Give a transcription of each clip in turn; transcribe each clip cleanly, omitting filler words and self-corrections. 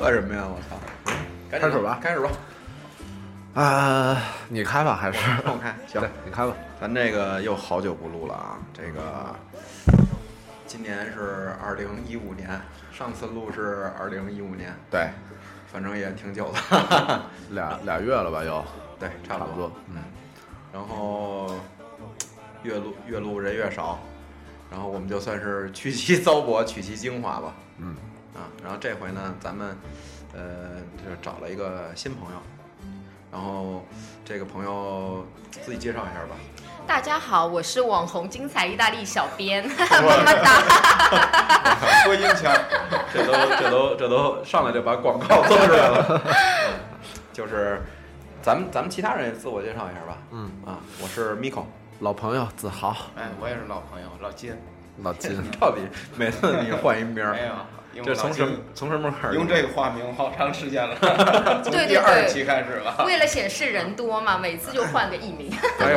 什么呀？我操！ 开始吧， 开始吧。 你开吧还是我开？行， 你开吧。 咱这个又好久不录了啊，这个今年是2015年，上次录是2015年， 对， 反正也挺久的， 俩月了吧又？ 对，差不多。然后越录人越少，然后我们就算是取其糟粕，取其精华吧。然后这回呢，咱们就找了一个新朋友，然后这个朋友自己介绍一下吧。 大家好，我是网红精彩意大利小编，么么哒。 播音腔，这都上来就把广告做出来了。就是咱们其他人也自我介绍一下吧。我是 Miko， 老朋友子豪。 我也是老朋友老金。 老金， 你到底每次你换一名？ 没有。 这从什么开始用这个化名好长时间了？从第 2期开始了。 为了显示人多嘛，每次就换个艺名。 对，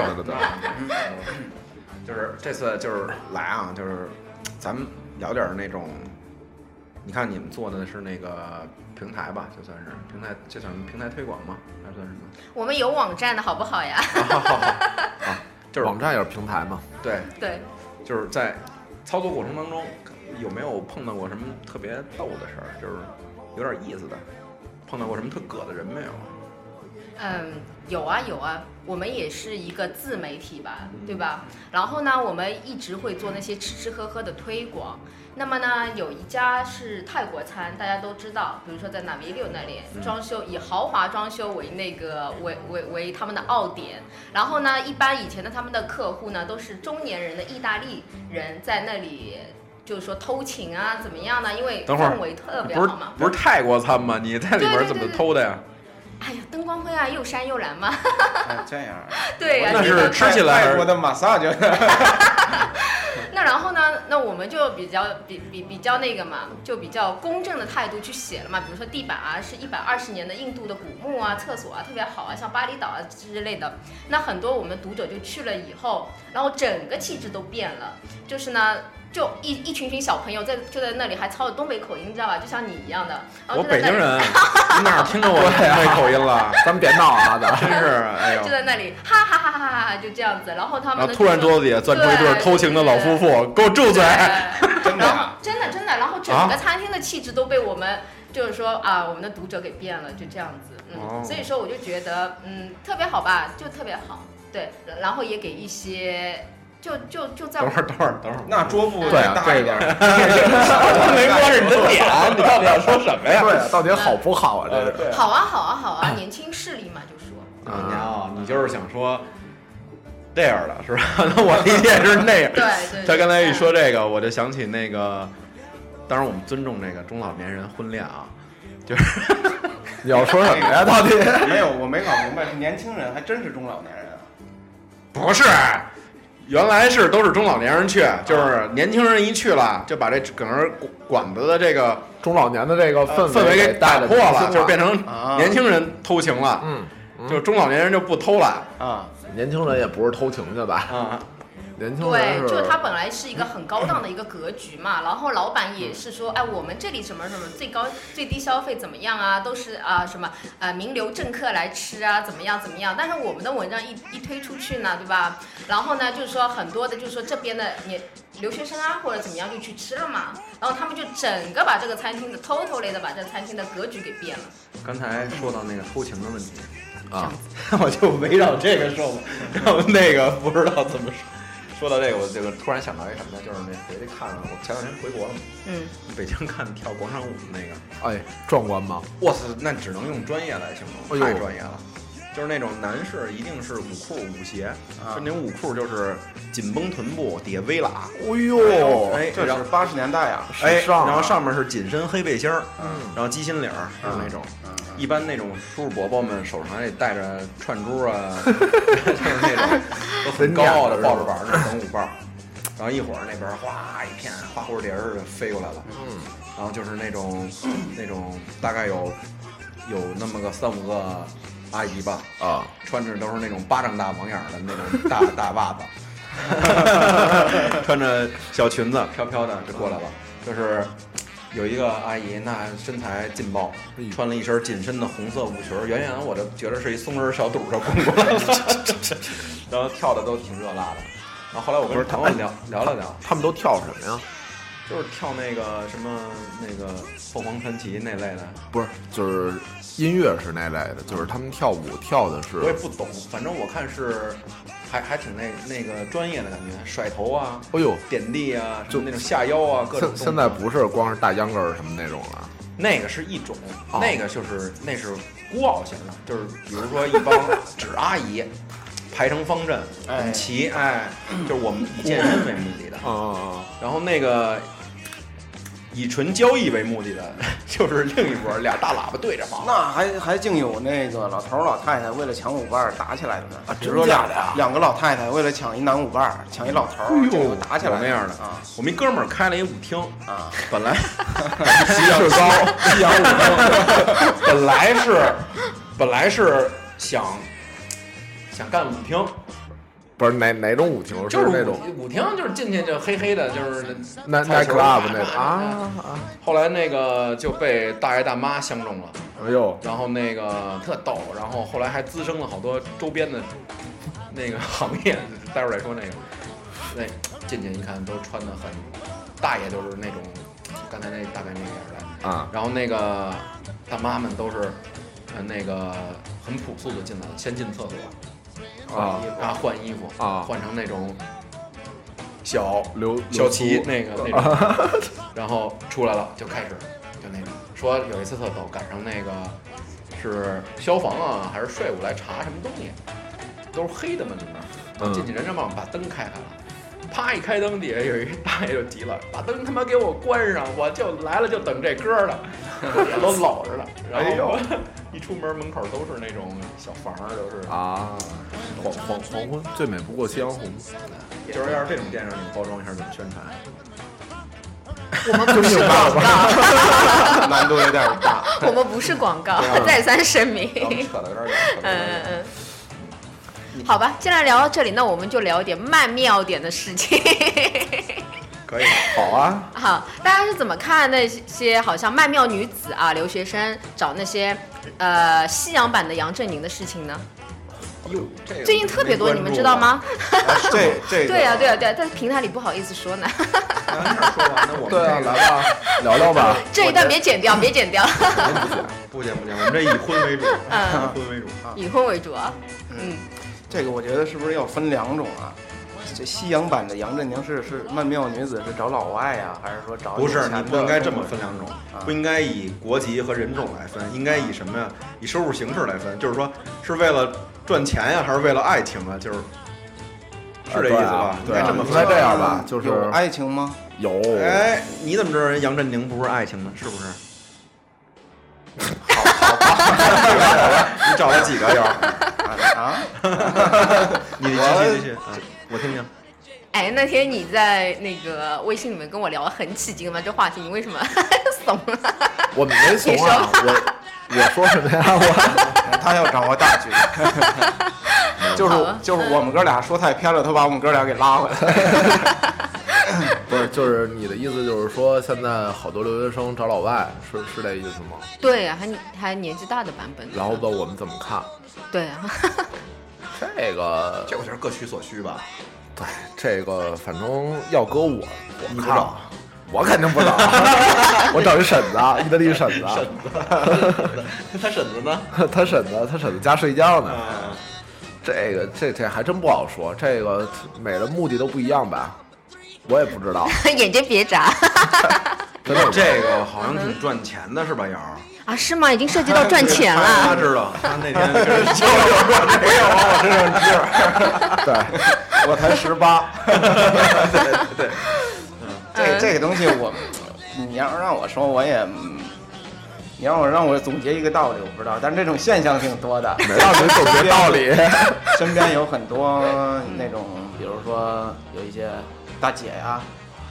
就是这次就是来啊，就是咱们聊点那种，你看你们做的是那个平台吧，就算是平台，就算平台推广吗？还算什么？ 我们有网站的好不好呀？ 就是网站也是平台嘛。 对， 就是在操作过程当中。有没有碰到过什么特别逗的事儿？就是有点意思的，碰到过什么特葛的人没有？ 有啊，我们也是一个自媒体吧，对吧？然后呢，我们一直会做那些吃吃喝喝的推广。那么呢，有一家是泰国餐，大家都知道，比如说在Navilio那里装修，以豪华装修为为他们的傲点。然后呢，一般以前的他们的客户呢，都是中年人的意大利人在那里。就是说偷情啊，怎么样呢？因为氛围特别好嘛。 不是泰国餐吗？你在里边怎么偷的呀？ 哎呀，灯光会啊，又闪又蓝嘛。 这样。 对呀， 那是吃起来泰国的马萨就。 那然后呢？那我们就比较那个嘛，就比较公正的态度去写了嘛。比如说地板啊，是120年的印度的古木啊，厕所啊特别好啊，像巴厘岛啊之类的。那很多我们读者就去了以后，然后整个气质都变了，就是呢。就一群小朋友就在那里还操着东北口音，你知道吧？就像你一样的。 我北京人，你哪听着我东北口音了？ 咱们别闹啊！ 真是，哎呦！ 就在那里哈哈哈哈，就这样子。然后他们突然桌子底下钻出一对偷情的老夫妇，给我住嘴！ 真的，然后整个餐厅的气质都被我们就是说啊，我们的读者给变了，就这样子。所以说我就觉得特别好吧，就特别好。对，然后也给一些。就在等会儿， 那桌布再大一点。 没关着你的脸，你到底要说什么呀？ 对啊，到底好不好啊？这是好啊，年轻势力嘛，就说。 你就是想说这样的是吧？那我理解是那样。 对。 他刚才一说这个，我就想起那个，当然我们尊重这个中老年人婚恋啊，就是你要说什么呀？到底没有，我没搞明白，是年轻人还真是中老年人啊？ 不是。原来都是中老年人去，就是年轻人一去了，就把这整个馆子的这个中老年的这个氛围给打破了，就变成年轻人偷情了。就中老年人就不偷了啊。年轻人也不是偷情去吧？年轻人对，就他本来是一个很高档的一个格局嘛，然后老板也是说，哎，我们这里什么最低消费怎么样啊？都是什么名流政客来吃啊，怎么样？但是我们的文章一推出去呢，对吧？然后呢，就是说很多的，就是说这边的留学生啊，或者怎么样就去吃了嘛，然后他们就整个把这个餐厅的 totally 的把这个餐厅的格局给变了。 刚才说到那个偷情的问题啊，我就围绕这个说，然后那个不知道怎么说。说到这个，我这个突然想到一什么呢？就是那回去看了，我前两天回国了嘛。北京看跳广场舞的那个， 哎，壮观吗？ 哇塞，那只能用专业来形容，太专业了。就是那种男士一定是舞裤舞鞋，就那种舞裤就是紧绷臀部，底下微喇。 哎呦， 哎，这是80年代啊！ 哎，然后上面是紧身黑背心儿，然后鸡心领儿，就是那种。一般那种叔叔伯伯们手上还得带着串珠啊，就是那种都很高傲的抱着板儿那种舞伴儿，然后一会儿那边哗一片花蝴蝶似的飞过来了，然后就是那种大概有那么个3-5个阿姨吧，穿着都是那种巴掌大网眼的那种大袜子，穿着小裙子飘飘的就过来了，就是有一个阿姨，那身材劲爆，穿了一身紧身的红色舞裙，远远我就觉得是一松仁小肚上滚过来的，然后跳的都挺热辣的。然后后来我跟朋友聊了聊， 他们都跳什么呀？ 就是跳那个什么那个凤凰传奇那类的， 不是，就是音乐是那类的，就是他们跳舞跳的是。 我也不懂，反正我看是还挺那个专业的感觉，甩头啊， 哎呦， 点地啊，就那种下腰啊，各种。 现在不是光是大秧歌儿什么那种了， 那个是一种，那个就是那是孤傲型的，就是比如说一帮纸阿姨。排成方阵，很齐，就是我们以健身为目的的，然后那个以纯交易为目的的，就是另一波，俩大喇叭对着放。 那还竟有那个老头老太太为了抢舞伴打起来的呢。 比如说两个老太太为了抢一男舞伴，抢一老头，就打起来有那样的啊。 我们一哥们儿开了一舞厅啊， 本来西洋舞厅， 本来是想干舞厅， 不是哪种舞厅， 就是那种舞厅，就是进去就黑黑的，就是那 club 那个啊。 后来那个就被大爷大妈相中了， 哎呦， 然后那个特逗，然后后来还滋生了好多周边的那个行业。待会儿再说那进去一看都穿的很，大爷就是那种刚才大概那样的啊， 然后那个大妈们都是那个很朴素的进来，先进厕所。换衣服换成那种小旗那种，然后出来了就开始就那种说有一次特逗，赶上那个是消防啊还是税务来查什么东西，都是黑的门里面，进去人家把灯开了，啪一开灯，底下有一大爷就急了，把灯他妈给我关上，我就来了就等这歌了，都搂着了，然后一出门口都是那种小房，都是啊，黄昏最美不过夕阳红。 就是要是这种电影，你包装一下怎么宣传？ 我们不是广告， 难度有点大。 我们不是广告，再三声明。 扯得有点远。 好吧，既然聊到这里，那我们就聊一点曼妙点的事情。 可以， 好啊。 好，大家是怎么看那些好像曼妙女子啊，留学生找那些西洋版的杨振宁的事情呢？最近特别多，你们知道吗？ 这对呀，但是平台里不好意思说呢。 对啊，来吧，聊聊吧。 这一段别剪掉，别剪掉。 不剪，我们这以婚为主， 以婚为主啊。 这个我觉得是不是要分两种啊？这西洋版的杨振宁是曼妙女子是找老外呀，还是说找？ 不是，你不应该这么分两种，不应该以国籍和人种来分，应该以什么呀？以收入形式来分，就是说是为了赚钱呀，还是为了爱情啊？就是这意思吧？ 对， 这么分。 应该这样吧？就是有爱情吗？ 有。 哎，你怎么知道人杨振宁不是爱情呢？是不是？好吧，你找了几个呀？你继续我听听。 哎，那天你在那个微信里面跟我聊得很起劲嘛，这话题你为什么怂了？ 我没怂啊，我说什么呀？ 他要掌握大局。就是我们哥俩说太偏了，他把我们哥俩给拉回来。 不是，就是你的意思就是说，现在好多留学生找老外，是这意思吗？ 对啊，还年纪大的版本。 然后问我们怎么看？ 对啊。 这我觉得各取所需吧。 对，这个反正要搁我看， 我肯定不找。我找一婶子，意大利婶子。 他婶子呢？ 他婶子家睡觉呢。这还真不好说，这个每个目的都不一样吧，我也不知道。 眼睛别眨。 这个好像挺赚钱的是吧，瑶？ 啊，是吗？已经涉及到赚钱了。 他知道，他那天跟人交流过，没有往我身上支。 对，我才18。对，这个东西你要让我说，我也，你让我总结一个道理，我不知道，但是这种现象挺多的。 没让你总结道理。 身边有很多那种，比如说有一些大姐呀，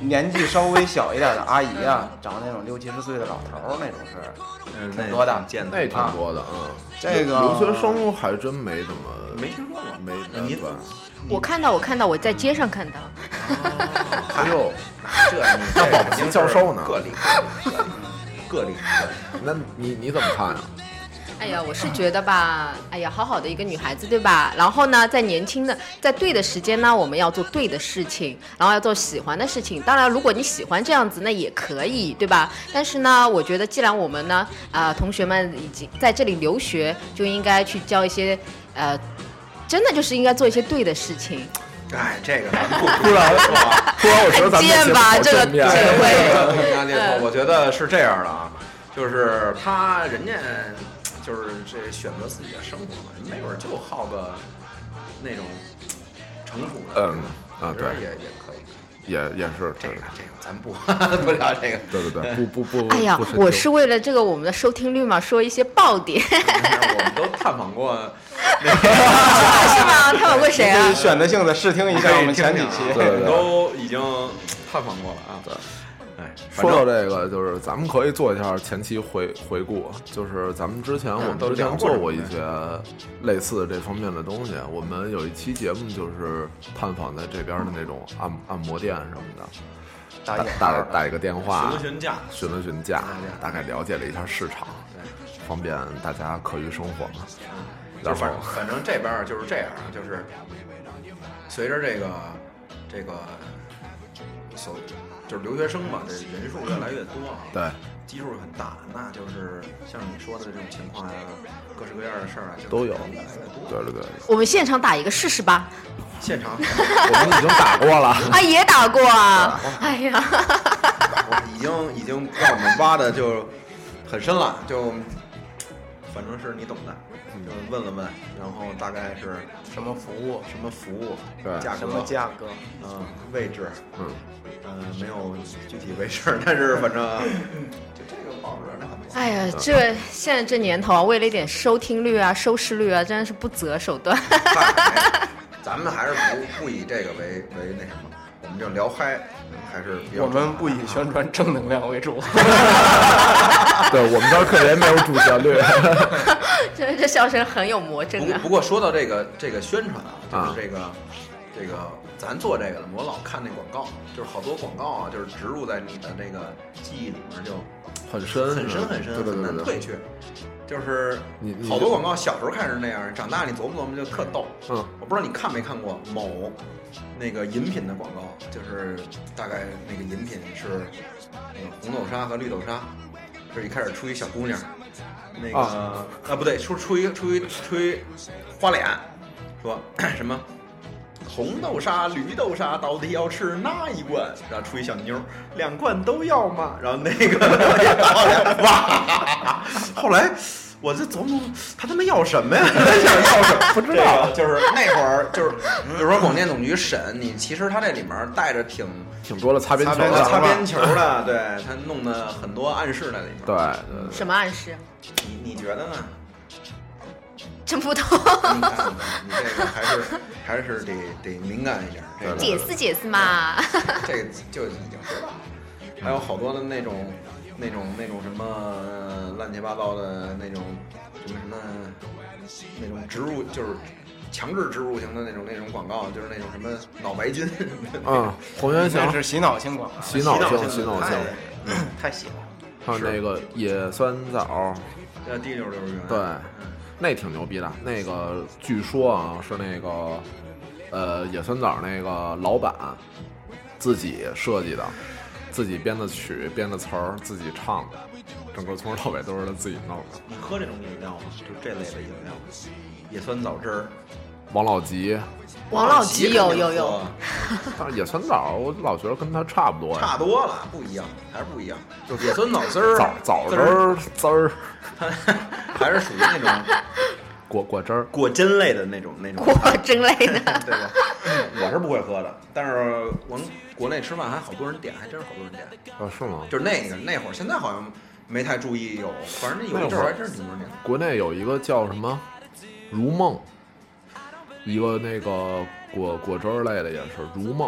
年纪稍微小一点的阿姨啊，找那种60、70岁的老头儿那种是挺多的， 见那挺多的， 这个留学生还真没怎么没听说过， 没你对。 我看到，我在街上看到。 哎呦， 这你这保不齐教授呢？ 个例。 那你怎么看呀？ 哎呀，我是觉得吧，哎呀，好好的一个女孩子，对吧？然后呢，在年轻的，在对的时间呢，我们要做对的事情，然后要做喜欢的事情。当然，如果你喜欢这样子，那也可以，对吧？但是呢，我觉得既然我们呢，同学们已经在这里留学，就应该去交一些，真的就是应该做一些对的事情。 哎，这个咱不突然我觉得咱们见吧，这个结尾。 我觉得是这样的啊，就是人家就是这选择自己的生活嘛，没准就好个那种成熟的， 对， 也可以。 也是这个，咱不聊这个。 对，不。 哎呀，我是为了这个我们的收听率嘛，说一些爆点。 我们都探访过， 是吗？探访过谁啊？ 选择性的试听一下我们前几期， 都已经探访过了啊。对。 说到这个，就是咱们可以做一下前期回顾，就是咱们之前做过一些类似的这方面的东西。我们有一期节目就是探访在这边的那种按摩店什么的，打一个电话询了询价，大概了解了一下市场，方便大家课余生活嘛。然后反正这边就是这样，就是随着这个就是留学生嘛，这人数越来越多啊， 对， 基数很大，那就是像你说的这种情况呀，各式各样的事儿啊， 都有， 越来越多。 对。 我们现场打一个试试吧。 现场我们已经打过了啊，也打过啊。哎呀， 已经让我们挖的就很深了，就反正是你懂的，就问了问，然后大概是什么服务， 对， 什么价格， 位置，没有具体位置，但是反正就这个保持的很多。 哎呀，现在这年头啊，为了一点收听率啊、收视率啊，真的是不择手段。 咱们还是不以这个为那什么，我们就聊嗨，还是我们不以宣传正能量为主。 对，我们这儿特别没有主旋律。 这笑声很有魔怔啊。 不过说到这个宣传啊，就是这个咱做这个的，我老看那广告，就是好多广告啊，就是植入在你的这个记忆里面就很深， 对，很难退却。就是好多广告小时候看是那样，长大你琢磨就特逗。我不知道你看没看过某那个饮品的广告，就是大概那个饮品是红豆沙和绿豆沙，就是一开始出一小姑娘，那个不对，出一花脸，说什么红豆沙、绿豆沙到底要吃哪一罐？然后出一小妞，2罐都要吗？然后那个也倒了，哇！后来我这琢磨，他妈要什么呀？他想要什么？不知道。就是那会儿，就是比如说广电总局审你，其实他这里面带着挺多的擦边球的，对他弄的很多暗示在里面。 对。 什么暗示？ 你觉得呢？ 真不懂。 你这个还是得敏感一点。 解释嘛。 这个就已经知道。还有好多的那种什么乱七八糟的那种什么那种植入，就是强制植入型的那种广告，就是那种什么脑白金。 红原型是洗脑性广告， 洗脑性， 太洗了。 还有那个野酸枣， 第6幼儿园， 对，那挺牛逼的。那个据说啊是那个野酸枣那个老板自己设计的。自己编的曲、编的词儿，自己唱的，整个从头到尾都是他自己弄的。 你喝这种饮料吗？就这类的饮料，野酸枣汁儿。 王老吉有。但是野酸枣，我老觉得跟它差不多呀。 差多了，不一样，还是不一样。就是野酸枣汁儿， 枣汁儿， 还是属于那种果汁儿、 果真类的那种果真类的。 对吧？我是不会喝的，但是我们国内吃饭还好多人点，还真是好多人点。 是吗？ 就是那会儿，现在好像没太注意有，反正有一阵儿还真是挺多人点。 国内有一个叫什么如梦，一个那个果汁类的也是如梦，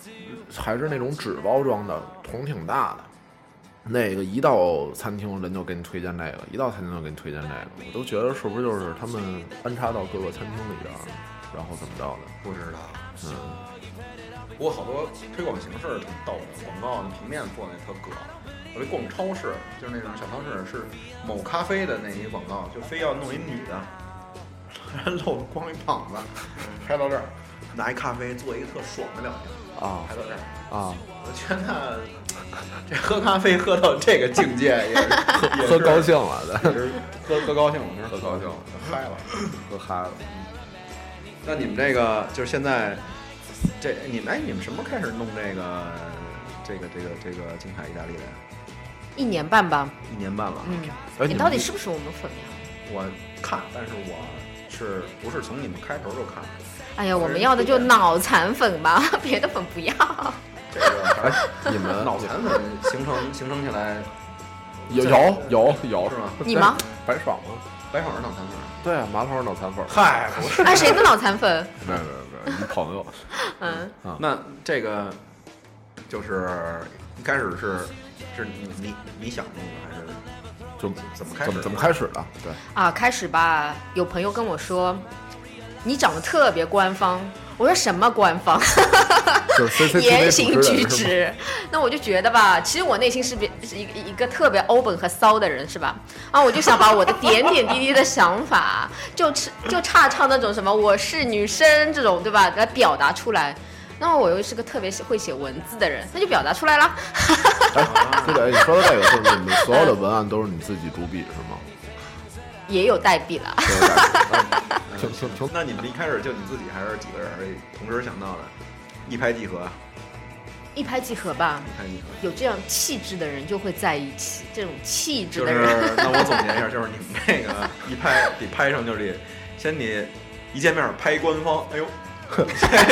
还是那种纸包装的，桶挺大的。那个一到餐厅人就给你推荐这个，一到餐厅就给你推荐这个，我都觉得是不是就是他们安插到各个餐厅里边，然后怎么着的？ 不知道。不过好多推广形式挺逗的，广告的平面做那特葛。我逛超市，就是那种小超市，是某咖啡的那一广告，就非要弄一女的，露着光一膀子，拍到这儿，拿一咖啡做一个特爽的表情啊， 拍到这儿啊。 我觉得这喝咖啡喝到这个境界也是喝高兴了， 也是喝高兴了，喝高兴了，嗨了， 喝嗨了。 那你们这个就是现在你们什么时候开始弄这个精彩意大利的呀 ？1年半吧。 1年半了。 你到底是不是我们粉呀？ 我看，但是我不是从你们开头就看。 哎呀，我们要的就脑残粉吧，别的粉不要。 这个你们脑残粉形成起来有是吗？ 你吗？ 白爽吗？ 白爽是脑残粉。 对啊，麻头是脑残粉。 嗨，不是。 啊，谁的脑残粉？ 没有，你朋友。 那这个就是一开始是你想弄的，还是就怎么开始的？对啊，开始吧。有朋友跟我说，你长得特别官方。我说什么官方？言行举止。那我就觉得吧，其实我内心是一个特别欧本和骚的人，是吧？啊，我就想把我的点点滴滴的想法，就差唱那种什么我是女生这种，对吧？来表达出来。那我又是个特别会写文字的人，那就表达出来了。 对，你说的这个就是你们所有的文案都是你自己主笔是吗？ 也有代笔了。 那你们一开始就你自己还是几个人同时想到的？一拍即合。 一拍即合吧。 一拍即合。 有这样气质的人就会在一起，这种气质的人。 就是那我总结一下，就是你们这个一拍得拍上就得先你一见面拍官方，哎呦，握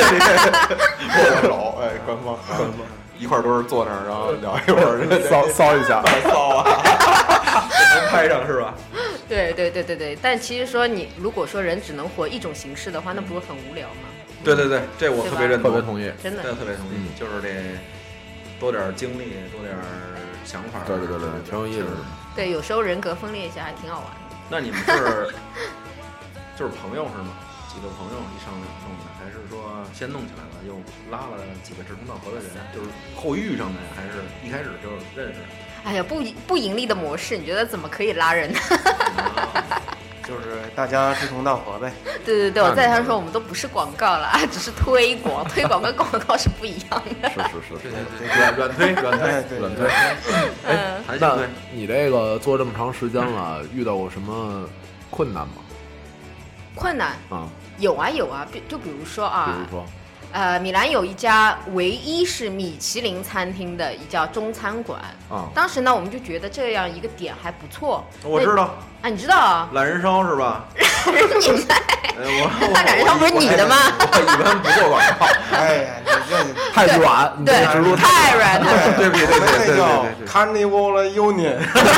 手，哎，官方，一块堆坐那儿，然后聊一会儿， 骚一下， 骚啊，能拍上是吧？ 对，但其实说你如果说人只能活一种形式的话，那不是很无聊吗？ 对，这我特别认同， 特别同意， 真的特别同意，就是这多点经历，多点想法， 对，挺有意思的。 对，有时候人格分裂一下还挺好玩的。 那你们就是朋友是吗？几个朋友一商量弄的，还是说先弄起来了，又拉了几个志同道合的人，就是后遇上的呀，还是一开始就认识的？ 哎呀，不盈利的模式，你觉得怎么可以拉人呢？ 就是大家志同道合呗。 对，我在他说我们都不是广告了，只是推广，推广跟广告是不一样的。 是， 软推。 哎，那你这个做这么长时间了，遇到过什么困难吗？ 困难啊， 有啊，就比如说啊， 比如说。 米兰有一家唯一是米其林餐厅的一家中餐馆啊。 当时呢，我们就觉得这样一个点还不错。 我知道啊，你知道啊？ 懒人烧是吧？ 你在？那懒人烧不是你的吗？ 我一般不做广告。 哎呀，你这太软， 对，太软了。 对不起， 那叫 Carnival Union。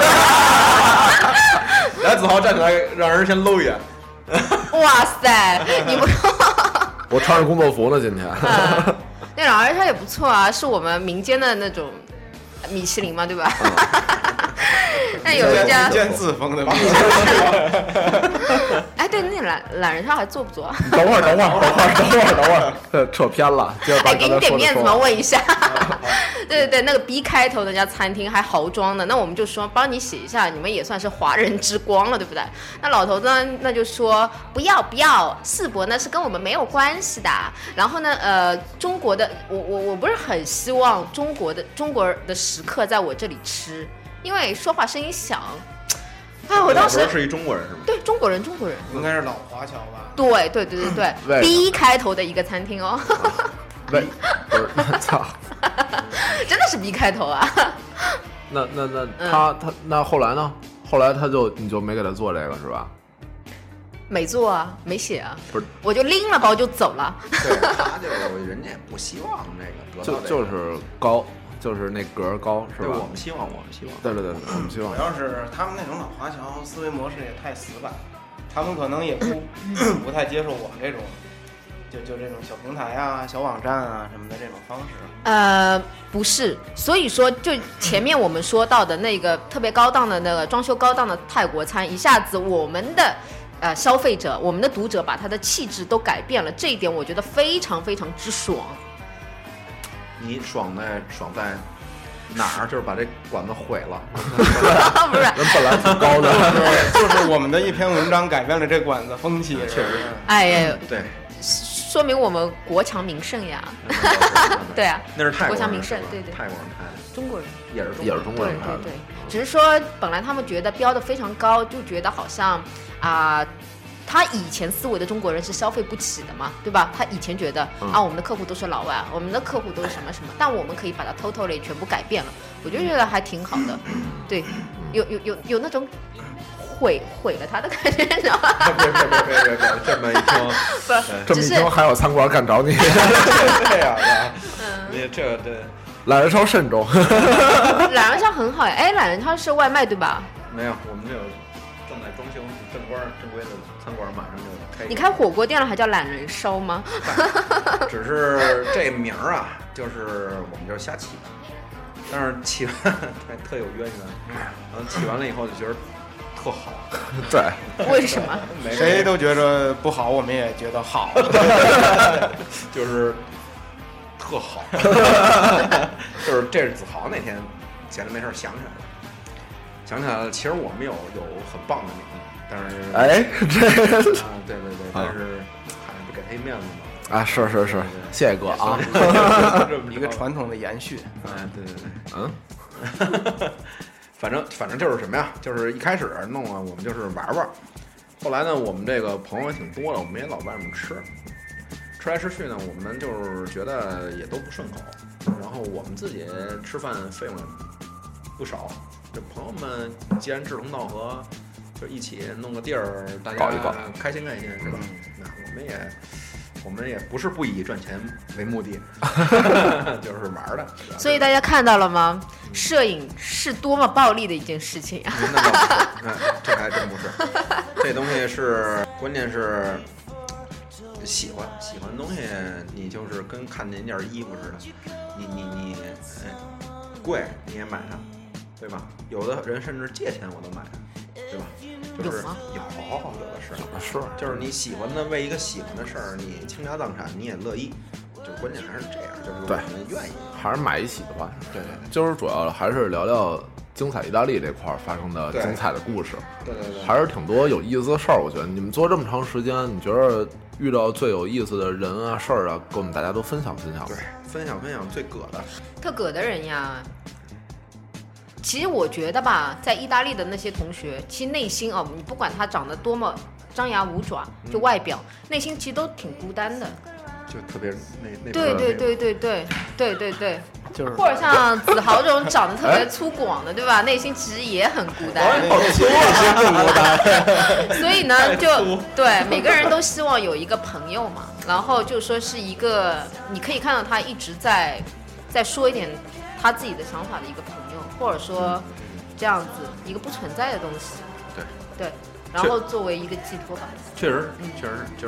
来，子豪站起来，让人先搂一眼。 哇塞，你不。 我穿着工作服呢，今天。 那懒人烧也不错啊，是我们民间的那种米其林嘛，对吧？那有一家民间自封的米其林。哎，对，那懒人烧还做不做？ 等会儿，扯偏了。 哎，给你点面子嘛，问一下。对，那个 B 开头那家餐厅还豪装的，那我们就说帮你写一下，你们也算是华人之光了，对不对？那老头子呢，那就说不要，世博呢是跟我们没有关系的。然后呢，中国的我不是很希望中国的食客在我这里吃，因为说话声音响。哎，我当时是一中国人是吗？ 对，中国人， 应该是老华侨吧？ 对，B 开头的一个餐厅哦。 喂，不是，操！ 真的是 B 开头啊！ 那他那后来呢？后来你就没给他做这个是吧？ 没做啊，没写啊， 不是， 我就拎了包就走了。 对，他就人家也不希望这个得到就是高，就是那格高是吧？ 对，我们希望。 对，我们希望。 主要是他们那种老华侨思维模式也太死板，他们可能也不太接受我们这种就这种小平台啊、小网站啊什么的这种方式？ 不是，所以说就前面我们说到的那个特别高档的那个装修高档的泰国餐，一下子我们的消费者、我们的读者把他的气质都改变了，这一点我觉得非常非常之爽。 你爽在哪儿？就是把这馆子毁了， 不是， 人本来挺高的， 就是我们的一篇文章改变了这馆子风气， 确实。 哎呀， 对， 说明我们国强民盛呀。对啊， 那是泰国国强民盛，对对， 泰国人拍的， 中国人也是中国人拍的， 对，只是说本来他们觉得标的非常高，就觉得好像他以前思维的中国人是消费不起的嘛，对吧？他以前觉得我们的客户都是老外，我们的客户都是什么什么，但我们可以把它 totally 全部改变了，我就觉得还挺好的。对，有那种毁了他的感觉，你知道吗？ 别，这么一听， 不是， 这么一听还有餐馆敢找你， 对呀，你这懒人烧慎重。 懒人烧很好呀，哎，懒人烧是外卖对吧？ 没有，我们这有正在装修正规的餐馆，马上就开。 你开火锅店了还叫懒人烧吗？ 只是这名儿啊，就是我们就是瞎起，但是起完特有渊源，然后起完了以后就觉得特好。 对， 为什么？ 谁都觉得不好，我们也觉得好， 就是特好。就是这是子豪那天闲着没事想起来了，其实我们有很棒的名字。但是对，但是还是不给他面子嘛。 啊，是，谢谢哥啊， 一个传统的延续。 对，反正就是什么呀？就是一开始弄啊，我们就是玩，后来呢，我们这个朋友也挺多的，我们也老外面吃来吃去呢，我们就是觉得也都不顺口，然后我们自己吃饭费用不少，这朋友们既然志同道合。就一起弄个地儿，大家开心是吧？那我们也不是不以赚钱为目的，就是玩的。 所以大家看到了吗？摄影是多么暴力的一件事情啊！ 那倒不是，这还真不是。这东西是，关键是喜欢的东西，你就是跟看见一件衣服似的，你贵你也买它，对吧？有的人甚至借钱我都买它。对吧？就是有的是，就是你喜欢的，为一个喜欢的事儿，你倾家荡产你也乐意。就关键还是这样，就是我们愿意， 还是买一起的话， 对， 就是主要还是聊聊精彩意大利这块发生的精彩的故事。 对， 还是挺多有意思的事儿。我觉得你们做这么长时间，你觉得遇到最有意思的人啊、事儿啊，跟我们大家都分享。 对，分享最葛的， 特葛的人呀。其实我觉得吧，在意大利的那些同学，其实内心你不管他长得多么张牙舞爪，就外表，内心其实都挺孤单的。 就特别那对， 就是或者像子豪这种长得特别粗犷的，对吧？内心其实也很孤单。所以呢，就对每个人都希望有一个朋友嘛，然后就说是一个你可以看到他一直在说一点他自己的想法的一个朋友，或者说这样子一个不存在的东西。对，然后作为一个寄托吧。 确实就是，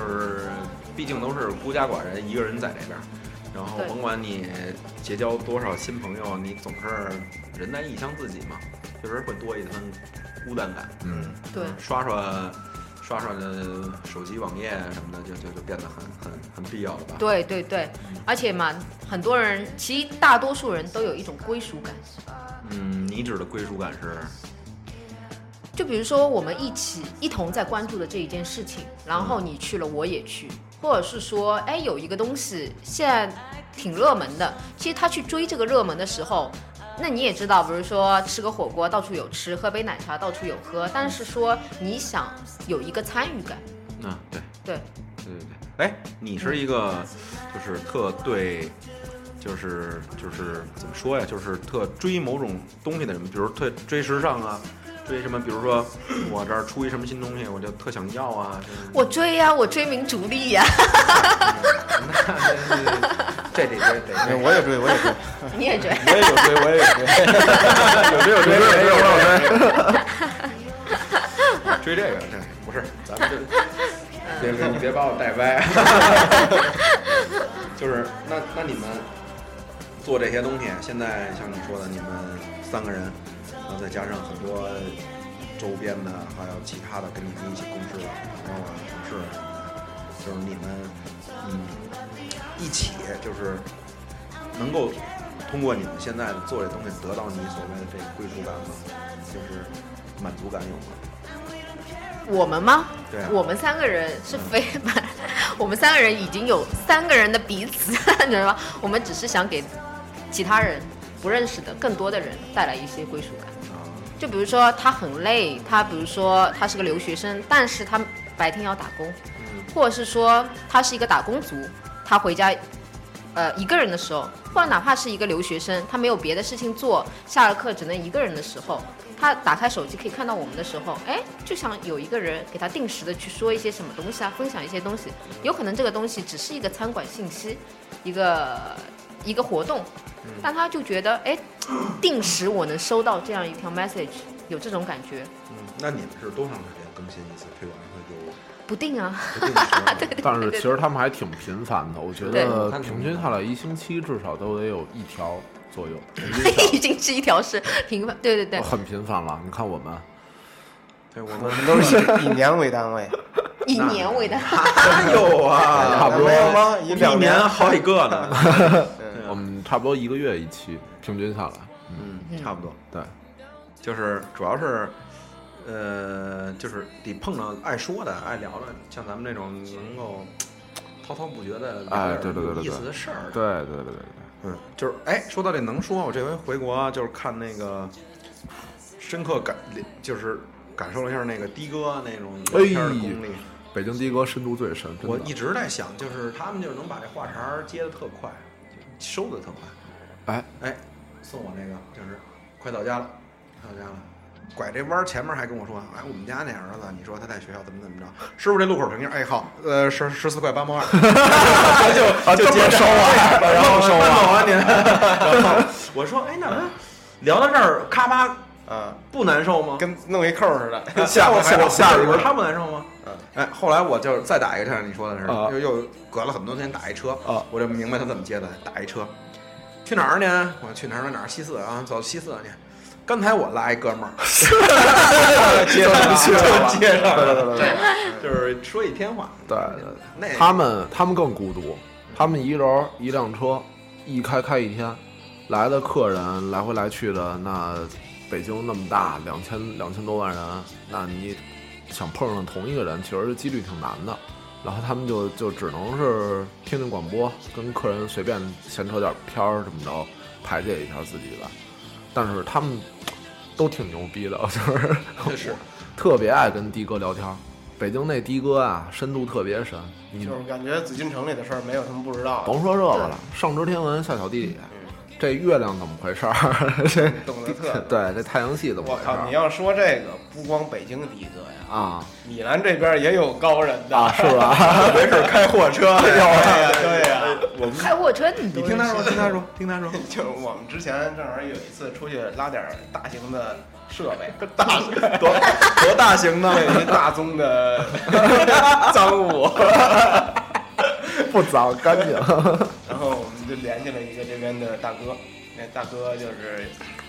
毕竟都是孤家寡人，一个人在这边，然后甭管你结交多少新朋友，你总是人在异乡自己嘛，确实会多一份孤单感。 对， 刷的手机网页什么的，就变得很必要了吧？ 对，而且嘛，很多人其实大多数人都有一种归属感。 你指的归属感是？ 就比如说我们一同在关注的这一件事情，然后你去了我也去，或者是说有一个东西现在挺热门的，其实他去追这个热门的时候，那你也知道，比如说吃个火锅到处有吃，喝杯奶茶到处有喝，但是说你想有一个参与感。对。 你是一个就是特对，就是怎么说呀，就是特追某种东西的人，比如特追时尚啊，追什么，比如说我这儿出一什么新东西，我就特想要啊。 我追呀，我追名逐利呀。 这得追， 我也追， 你也追， 我也有追，有追， 追这个，这不是咱们别把我带歪。就是那你们做这些东西，现在像你说的，你们3个人，然后再加上很多周边的，还有其他的跟你们一起共事的朋友啊、同事啊，就是你们一起就是能够通过你们现在的做这东西得到你所谓的这个归属感吗？就是满足感有吗？ 我们吗？ 对啊， 我们3个人是非我们3个人已经有3个人的彼此，你知道吗？我们只是想给其他人不认识的更多的人带来一些归属感。就比如说他很累，他比如说他是个留学生，但是他白天要打工，或者是说他是一个打工族，他回家一个人的时候，或者哪怕是一个留学生，他没有别的事情做，下了课只能一个人的时候，他打开手机可以看到我们的时候，哎，就想有一个人给他定时的去说一些什么东西啊，分享一些东西。有可能这个东西只是一个餐馆信息，一个活动，但他就觉得，哎，定时我能收到这样一条 message， 有这种感觉。 那你们是多长时间更新一次推广会就？ 不定啊，对对。 但是其实他们还挺频繁的，我觉得平均下来1星期至少都得有1条左右。 已经是1条是频繁，对对对， 很频繁了。你看我们， 对我们都是以年为单位， 以年为单位。 哪有啊？ 差不多没有吗？ 一年好几个呢。 我们差不多1个月1期，平均下来， 差不多。 对， 就是主要是。就是得碰上爱说的、爱聊的，像咱们这种能够滔滔不绝的， 对有意思的事儿。 对， 就是说到这能说，我这回回国就是看那个，深刻就是感受了一下那个的哥那种聊天的功力。 北京的哥深度最深。 我一直在想，就是他们就能把这话茬接得特快，收得特快。哎，送我那个就是快到家了，快到家了。拐这弯前面还跟我说，哎，我们家那儿子，你说他在学校怎么着？师傅这路口停车，哎好，14块8毛2，就接收啊，然后收啊您。然后我说，哎，那聊到这儿，咔吧，不难受吗？ 跟弄一扣似的。 下一个他不难受吗？哎，后来我就再打一个，像你说的似的，又隔了很多天打一车，我就明白他怎么接的，打一车，去哪儿去？我去哪儿？西四啊，走西四去。刚才我拉一哥们儿，接上了，对，就是说一天话。 对，他们更孤独，他们一人一辆车，开一天，来的客人来回来去的，那北京那么大，2000多万人，那你想碰上同一个人，其实几率挺难的。然后他们就只能是听广播，跟客人随便闲扯点片儿，这么着排解一下自己吧。但是他们都挺牛逼的，就是特别爱跟的哥聊天。北京那的哥啊，深度特别深， 就是感觉紫禁城里的事儿没有他们不知道。 甭说这个了，上知天文下晓地理，这月亮怎么回事儿？这懂得特对，这太阳系怎么回事？ 我靠！你要说这个，不光北京的哥呀， 啊， 米兰这边也有高人的啊，是吧？ 没事开货车， 对呀， 我们开货车你听他说， 就是我们之前正好有一次出去拉点大型的设备， 多大型呢？ 有一大宗的赃物。 不脏干净， 然后我们就联系了一个这边的大哥，那大哥就是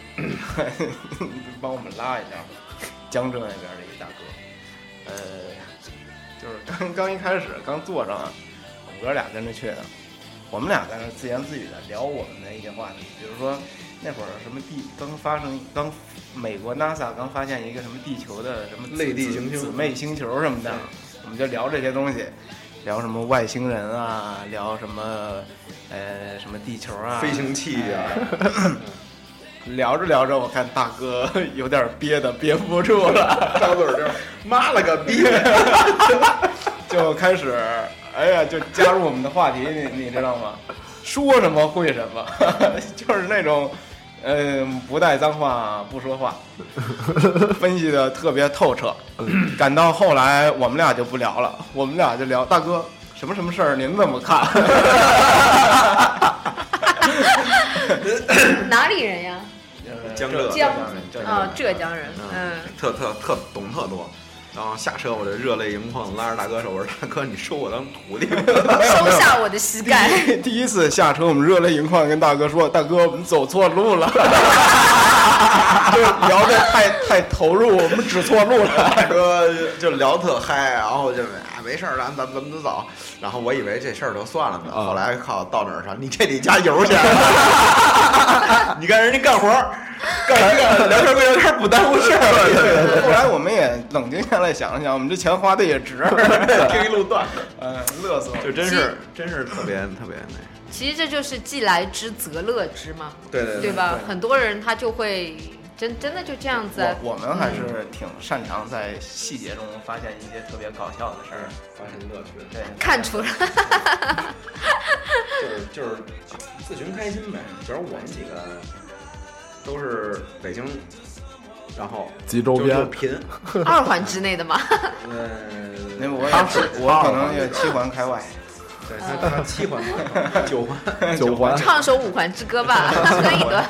帮我们拉一下江浙那边的一大哥，就是刚一开始刚坐上，我们哥俩跟着去的，我们俩在那自言自语的聊我们的一些话题，比如说那会儿什么刚美国 NASA 刚发现一个什么地球的什么类地行星姊妹星球什么的，我们就聊这些东西。聊什么外星人啊，聊什么什么地球啊， 飞行器啊， 聊着聊着，我看大哥有点憋不住了， 张嘴就妈了个逼， 就开始就加入我们的话题，你知道吗？说什么会什么，就是那种不带脏话不说话，分析的特别透彻。赶到后来我们俩就不聊了，我们俩就聊大哥什么事儿您怎么看？ 哪里人呀？ 江浙浙江人，特懂特多。 然后下车我就热泪盈眶，拉着大哥手，我说大哥，你收我当徒弟吧， 收下我的膝盖。 第一次下车，我们热泪盈眶跟大哥说：“大哥，我们走错路了。”就聊得太投入，我们指错路了。 大哥就聊特嗨，然后就没事儿，咱们就走。然后我以为这事儿就算了呢，后来靠到哪儿上，你这得加油去，你看人家干活。干聊天归聊天，不耽误事儿。 后来我们也冷静下来想了想，我们这钱花的也值， 听一路段子， 乐死我了。 就真是特别那。 其实这就是既来之则乐之嘛， 对吧？很多人他就会真的就这样子。 我们还是挺擅长在细节中发现一些特别搞笑的事儿， 发现乐趣。 对， 看出来。 就是自寻开心呗。比如我们几个。都是北京，然后及周边就贫 2环之内的嘛。 那我可能也7环开外。 对，他7环，9环， 唱首5环之歌吧，喝一段。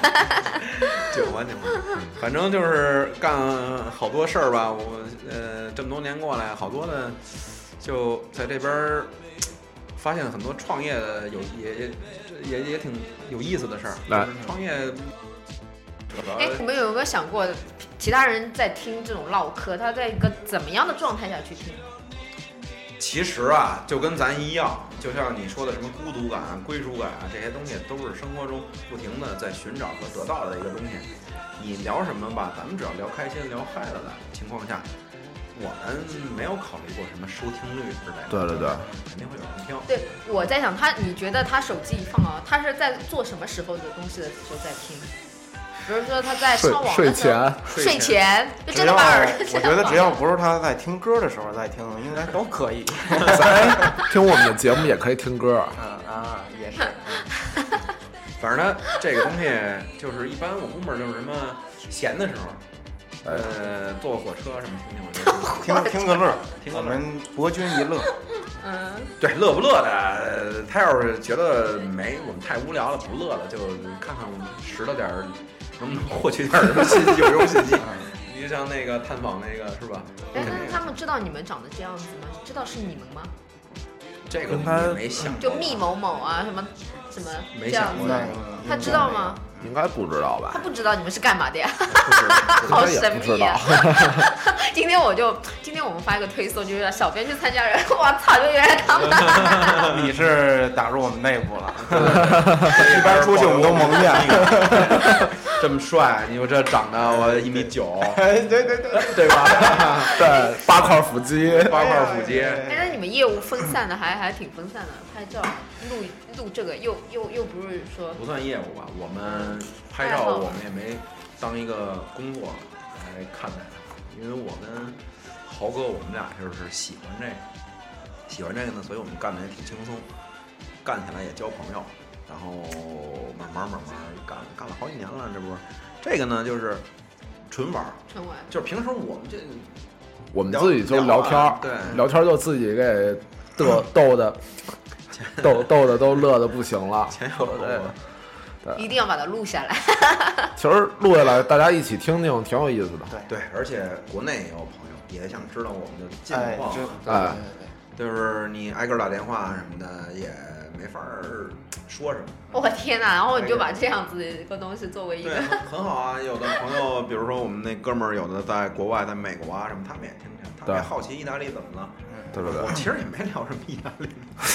9环，反正就是干好多事儿吧。我这么多年过来，好多的就在这边发现很多创业的也挺有意思的事儿。创业。 你们有没有想过，其他人在听这种唠嗑，他在一个怎么样的状态下去听？ 其实啊，就跟咱一样，就像你说的什么孤独感、归属感啊，这些东西都是生活中不停的在寻找和得到的一个东西。你聊什么吧，咱们只要聊开心、聊嗨了的情况下，我们没有考虑过什么收听率之类的。 对， 肯定会有人听。 对，我在想你觉得他手机一放啊，他是在做什么时候的东西的时候在听？比如说他在上网的时候，睡前就真的把耳机。 我觉得只要不是他在听歌的时候在听，应该都可以。 听我们的节目也可以听歌。 也是。 反正呢，这个东西就是一般我估摸就是什么闲的时候，坐火车什么听个乐，我们博君一乐。 对，乐不乐的，他要是觉得我们太无聊了，不乐了，就看看我们拾掇点能不能获取点什么信息，有用信息。你就像那个探访那个是吧？ 但是他们知道你们长得这样子吗？知道是你们吗？ 这个也没想， 就密某某啊什么没这样子，他知道吗？ 应该不知道吧？ 他不知道你们是干嘛的呀？ 好神秘啊！今天我们发一个推送，就是小编去参加人，我操，就原来他们。 你是打入我们内部了，一般出去我们都蒙面。 这么帅，你说这长得我1.9米， 对吧？ 对，8块腹肌。 那你们业务分散的还挺分散的，拍照、录这个又不是说不算业务吧？我们拍照我们也没当一个工作来看待它，因为我跟豪哥我们俩就是喜欢这个呢，所以我们干的也挺轻松，干起来也交朋友。然后慢慢干了好几年了，这个呢就是纯玩，就是平时我们自己就聊天， 对， 聊天就自己给逗的都乐得不行了。 前有对， 一定要把它录下来。 其实录下来大家一起听听，挺有意思的。 对，而且国内也有朋友也想知道我们的近况，就是你挨个打电话什么的也没法说什么。 我天哪！然后你就把这样子一个东西作为一个很好啊。有的朋友，比如说我们那哥们儿，有的在国外，在美国啊什么，他们也听听，他们也好奇意大利怎么了。 对， 我其实也没聊什么意大利。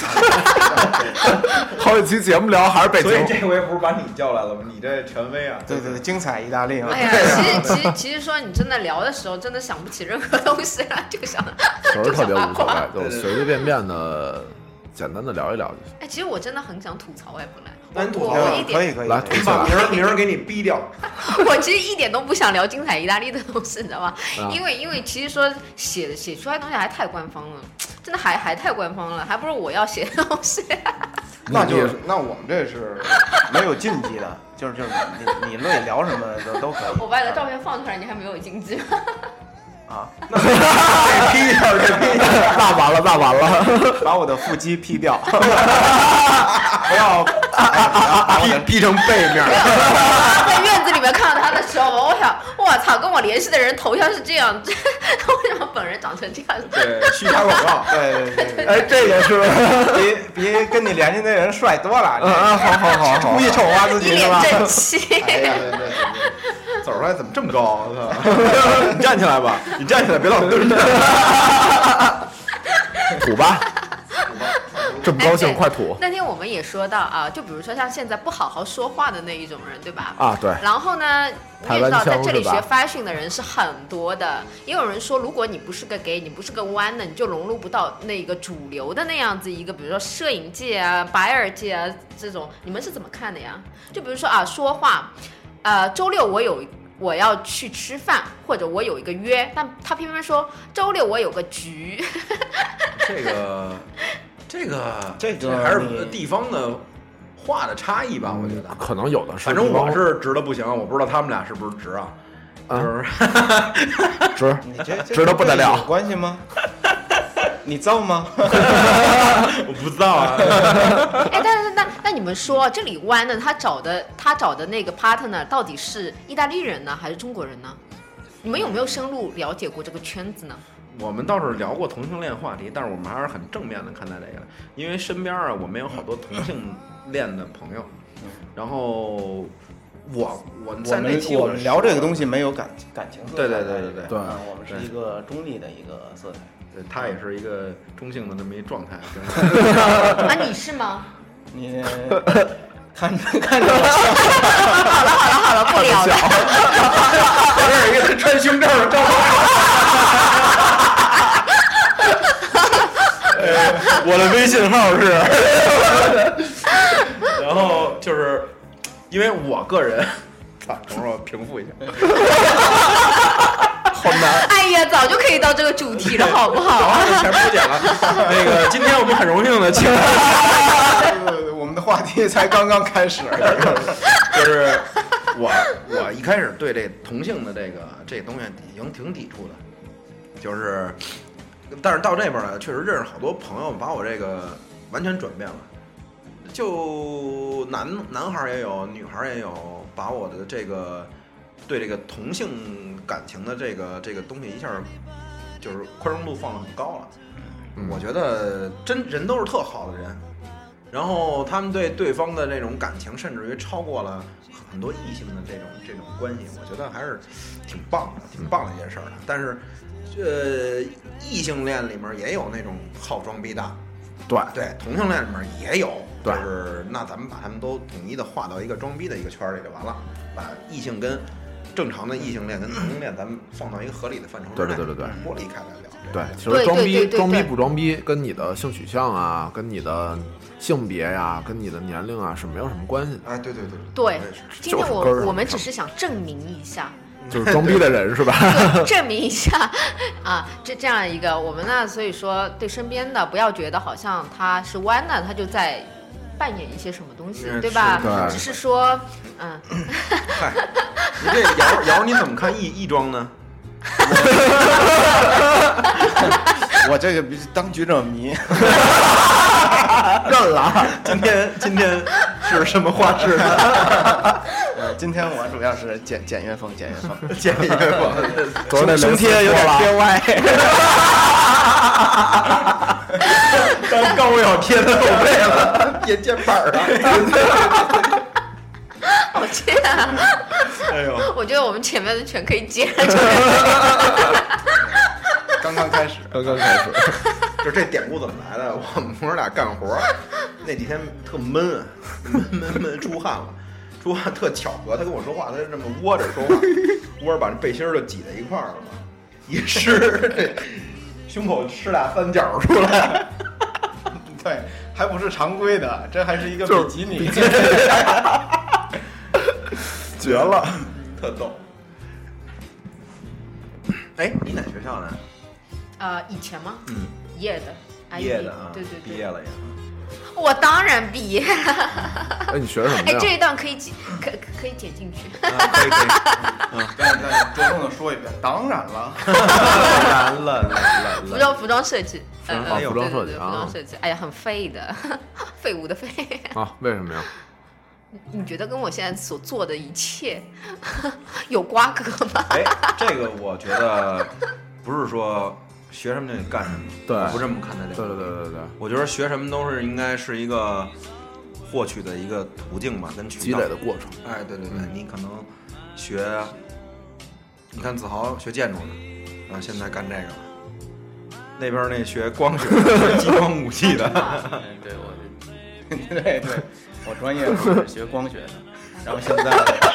好几期节目聊还是北京， 所以这回不是把你叫来了吗？你这权威啊！ 对，精彩意大利啊！ 哎呀，其实说你真的聊的时候，真的想不起任何东西来，就想其实特别无所谓，就随随便便的。简单的聊一聊就行。 哎，其实我真的很想吐槽，哎，本来。 那你吐槽可以来吐槽， 明儿给你逼掉。 我其实一点都不想聊精彩意大利的东西，你知道吗？因为其实说写出来的东西还太官方了，真的还太官方了，还不如我要写的东西。 那我们这是没有禁忌的，就是你乐意聊什么都可以。 我把你的照片放出来，你还没有禁忌吗？ 啊， 那批掉， 那完了， 把我的腹肌 P 掉，不要 P 成背面。 在院子里面看到他的时候，我想，我我操，跟我联系的人头像是这样，为什么本人长成这样？ 对，虚假广告。 对， 哎，这个是比跟你联系那人帅多了。 好， 故意丑化自己一是吧？ 脸正气。 哎呀，对， 走出来怎么这么高啊？你站起来吧，你站起来，别老蹲着。 吐吧，这么高兴，快吐。 那天我们也说到啊，就比如说像现在不好好说话的那一种人，对吧？ 啊，对。 然后呢，你也知道，在这里学台 fashion 的人是很多的。也有人说，如果你不是个 gay， 你不是个弯的，你就融入不到那个主流的那样子一个，比如说摄影界啊、白尔界啊这种，你们是怎么看的呀？就比如说啊，说话，周六我要去吃饭，或者我有一个约，但他偏偏说周六我有个局。 这个还是地方的话的差异吧，我觉得可能有的是。 反正我是直的不行，我不知道他们俩是不是直啊？ 直， 你这直的不得了。 有关系吗？你造吗？ 我不造啊。 哎，但你们说这里弯的他找的那个 partner 到底是意大利人呢，还是中国人呢？你们有没有深入了解过这个圈子呢？ 我们倒是聊过同性恋话题，但是我们还是很正面的看待这个，因为身边啊，我们有好多同性恋的朋友，然后我在那期我们聊这个东西没有感情色彩， 对， 我们是一个中立的一个色彩， 对，他也是一个中性的那么一状态。 啊，你是吗？ 你看着我好了，不聊了。 这是一个穿胸罩的照片。我的微信号是，然后就是因为我个人，等会儿我平复一下，好难。 哎呀，早就可以到这个主题了，好不好？ 全不讲了。那个，今天我们很荣幸的请， 我们的话题才刚刚开始， 就是我一开始对这同性的这东西已经挺抵触的，就是。但是到这边呢，确实认识好多朋友，把我这个完全转变了。就男孩也有，女孩也有，把我的这个对这个同性感情的这个东西一下就是宽容度放得很高了。我觉得人都是特好的人，然后他们对对方的这种感情，甚至于超过了很多异性的这种关系，我觉得还是挺棒的一件事儿的。但是。异性恋里面也有那种好装逼大，对，同性恋里面也有，就是那咱们把他们都统一的划到一个装逼的一个圈里就完了，把异性跟正常的异性恋跟同性恋咱们放到一个合理的范畴之内， 对， 剥离开来聊。 对，其实装逼不装逼，跟你的性取向啊，跟你的性别呀，跟你的年龄啊是没有什么关系的。 哎，对， 今天我们只是想证明一下。 就是装逼的人是吧？ 证明一下啊，这样一个我们呢，所以说对身边的不要觉得好像他是弯的，他就在扮演一些什么东西，对吧？只是说， 嗨，你这瑶你怎么看亦庄呢？ 我这个当局者迷， 认了。 今天是什么画室呢？ 今天我主要是简约风， 昨天胸贴有点偏歪， 刚刚我要贴在后背了，贴肩膀了。 好贱啊！ 哎呦， 我觉得我们前面的全可以剪。 刚刚开始， 就这典故怎么来的？我们母儿俩干活，那几天特闷，出汗了。说话特巧合，他跟我说话，他就这么窝着说话，窝着把这背心儿就挤在一块儿了嘛，一湿，这胸口湿俩三角出来， 对，还不是常规的，这还是一个比基尼， 绝了， 特逗。哎，你哪学校的？ 以前吗？ 毕业的啊， 对， 毕业了也。 我当然毕业了。 哎，你学什么呀？ 哎，这一段可以剪进去。 可以。 再着重的说一遍，当然了， 服装设计， 服装设计啊， 服装设计，哎呀，很废的，废物的废。 啊？为什么呀？ 你觉得跟我现在所做的一切有瓜葛吗？ 哎，这个我觉得不是说学什么就得干什么， 对， 我不这么看待这个。 对， 我觉得学什么都是应该是一个获取的一个途径吧，跟渠道积累的过程。 哎，对，你可能学，你看子豪学建筑的，然后现在干这个了。那边那学光学的，激光武器的。 对，我专业是学光学的，然后现在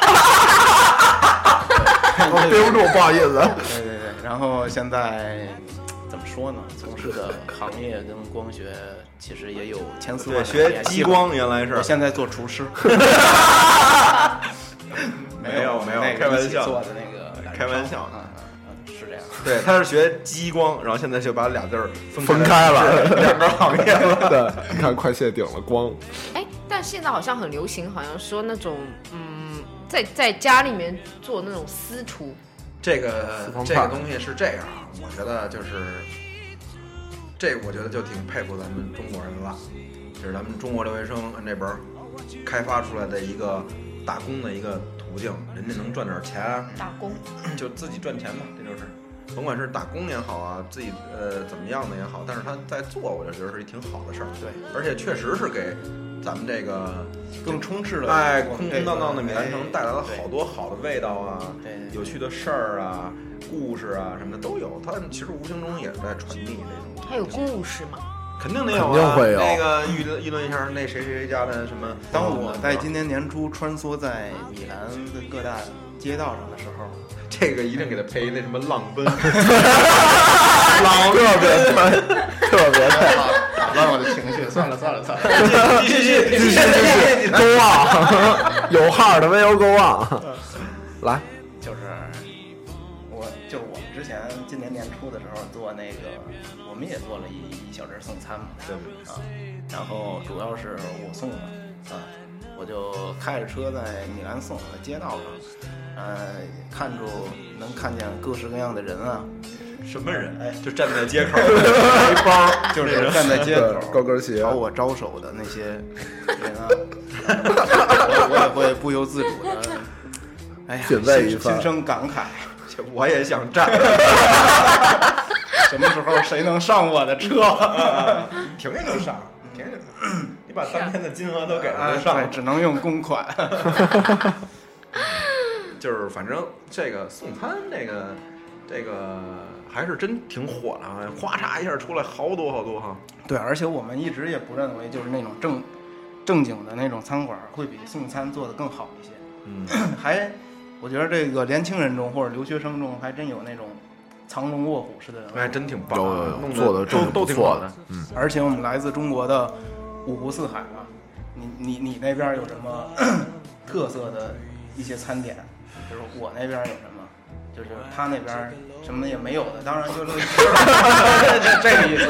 我憋不住，不好意思。 对，然后现在怎么说呢？从事的行业跟光学其实也有千丝万缕学激光原来是。 我现在做厨师。 没有， 开玩笑做的那个， 开玩笑是这样。 对，他是学激光，然后现在就把俩字儿分开了， 两个行业了。 对，你看快卸顶了光。 哎，但现在好像很流行，好像说那种在家里面做那种私厨。 这个东西是这样，我觉得就是这个，我觉得就挺佩服咱们中国人了，就是咱们中国留学生这边开发出来的一个打工的一个途径，人家能赚点钱， 打工就自己赚钱嘛，这就是。甭管是打工也好啊，自己怎么样的也好，但是他在做，我就觉得是一挺好的事儿。 对， 而且确实是给咱们这个更充斥了， 空空荡荡的米兰城带来了好多好的味道啊，有趣的事儿啊、故事啊什么的都有。它其实无形中也在传递这种。 还有故事吗？ 肯定得有啊， 肯定会有。 那个议论一下那谁家的什么。 当我在今年年初穿梭在米兰的各大街道上的时候， 这个一定给他配那什么浪奔， 特别打乱我的情绪。算了， 继续 ，Go on， 有 heart 没有 Go on， 来， 就是我们之前今年年初的时候做那个，我们也做了一小阵送餐嘛， 对啊，然后主要是我送嘛，啊，我就开着车在米兰送，在街道上，能看见各式各样的人啊。 什么人？ 哎， 就站在街口，背包， 就是站在街口， 高跟鞋， 朝我招手的那些人啊，我也会不由自主的，哎呀，心生感慨， 我也想站。 什么时候谁能上我的车？ 凭什么上？你把当天的金额都给了就上， 只能用公款。 就是反正这个送餐这个还是真挺火的啊，哗嚓一下出来好多哈。 对，而且我们一直也不认为就是那种正经的那种餐馆会比送餐做得更好一些。我觉得这个年轻人中或者留学生中还真有那种藏龙卧虎式的人， 哎，真挺棒， 做的都挺好的。 而且我们来自中国的五湖四海嘛，你那边有什么特色的一些餐点？就是我那边有什么？就是他那边什么也没有的，当然就是这个意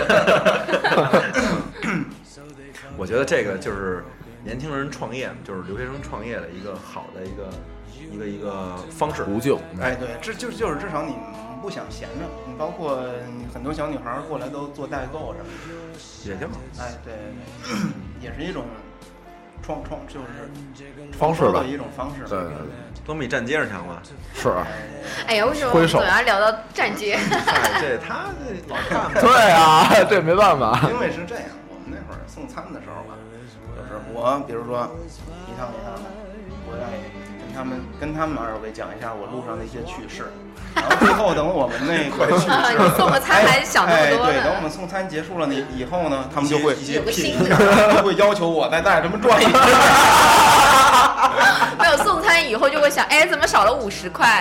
思。我觉得这个就是年轻人创业，就是留学生创业的一个好的一个方式途径。 哎，对，就是至少你不想闲着，你包括很多小女孩过来都做代购什么的， 也挺好。 哎，对，也是一种就是方式吧， 一种方式。 对， 都比站街上强了。 是。 哎呀，为什么我们总要聊到站街？ 这他老看。 对啊，这没办法。 因为是这样，我们那会儿送餐的时候吧，就是我比如说一趟的，我要跟他们二位讲一下我路上的一些趣事。然后最后等我们那块去你送个餐还想那么多呢？ 对，等我们送餐结束了以后呢，他们就会有个新就会要求我再带他们转一圈。 没有送餐以后就会想，哎，怎么少了50块？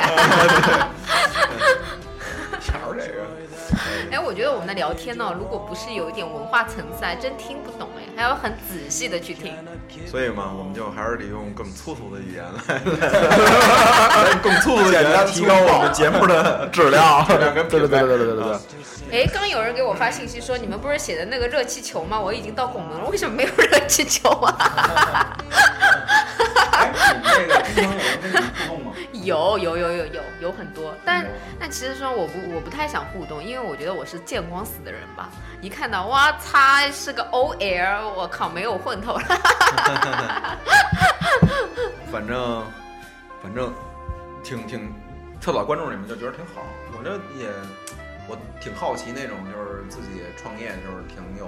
瞧这个。 哎，我觉得我们的聊天呢，如果不是有一点文化层次，还真听不懂哎，还要很仔细的去听。 所以嘛，我们就还是得用更粗俗的语言来更粗俗的语言提高我们节目的质量跟品味。 对。 哎，刚有人给我发信息说，你们不是写的那个热气球吗？我已经到拱门了，为什么没有热气球啊？ 这个经常有人跟你互动吗？ 有很多，但其实说我不太想互动，因为我觉得我是见光死的人吧。一看到哇擦是个 OL， 我靠没有混头了。 反正挺特早关注你们就觉得挺好。我这我挺好奇那种就是自己创业就是挺有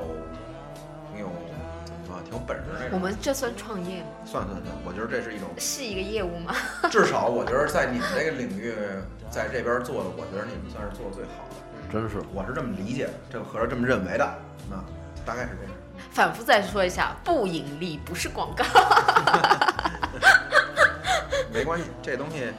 挺有本事的那种。 我们这算创业吗？ 算，我觉得这是一种是一个业务吗？ 至少我觉得在你们这个领域，在这边做的，我觉得你们算是做的最好的。 真是， 我是这么理解的，这合着这么认为的，那大概是这样。 反复再说一下，不盈利不是广告。 没关系，这东西，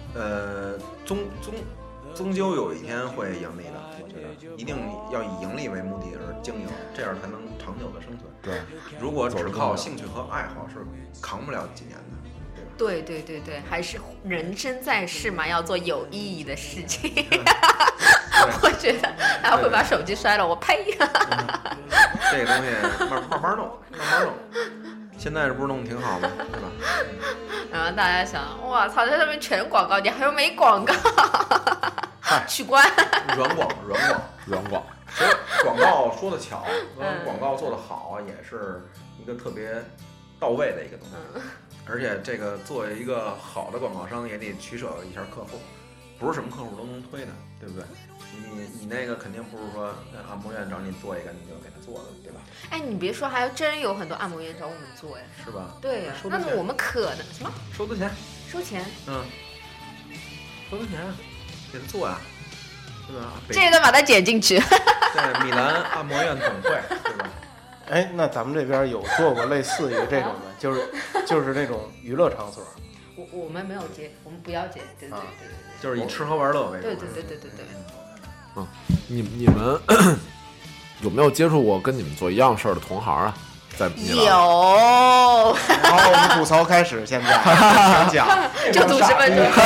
终究有一天会盈利的。我觉得一定要以盈利为目的而经营，这样才能长久的生存。 对， 如果只靠兴趣和爱好是扛不了几年的。 对，还是人生在世嘛，要做有意义的事情。我觉得还会把手机摔了，我呸！ 这个东西慢慢弄。现在这不是弄得挺好吗？对吧？ 然后大家想，哇操，这上面全广告，你还有没广告？取关。 软广。其实广告说的巧，广告做得好，也是一个特别到位的一个东西。而且这个作为一个好的广告商，也得取舍一下客户，不是什么客户都能推的，对不对？你那个肯定不是说按摩院找你做一个你就给他做的，对吧？ 哎，你别说，还真有很多按摩院找我们做，哎， 是吧？ 对呀，那么我们可能什么？ 收的钱？ 收钱？ 收的钱，给他做呀，对吧？ 这个把它剪进去。 对，米兰按摩院总会，对吧？ 哎，那咱们这边有做过类似于这种的，就是那种娱乐场所。 我们没有接，我们不要接，对， 就是以吃喝玩乐为主。 对。 你们有没有接触过跟你们做一样事儿的同行啊？在米兰有。 好，我们吐槽开始，现在讲就50分钟。